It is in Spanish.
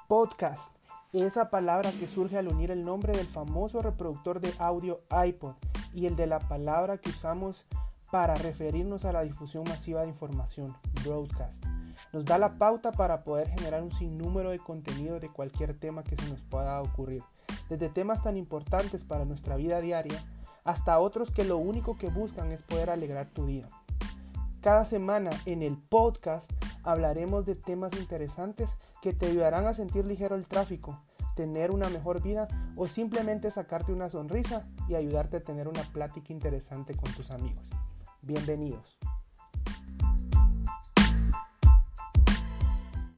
Podcast, esa palabra que surge al unir el nombre del famoso reproductor de audio iPod y el de la palabra que usamos para referirnos a la difusión masiva de información, broadcast. Nos da la pauta para poder generar un sinnúmero de contenido de cualquier tema que se nos pueda ocurrir, desde temas tan importantes para nuestra vida diaria hasta otros que lo único que buscan es poder alegrar tu día. Cada semana en el podcast hablaremos de temas interesantes que te ayudarán a sentir ligero el tráfico, tener una mejor vida o simplemente sacarte una sonrisa y ayudarte a tener una plática interesante con tus amigos. Bienvenidos.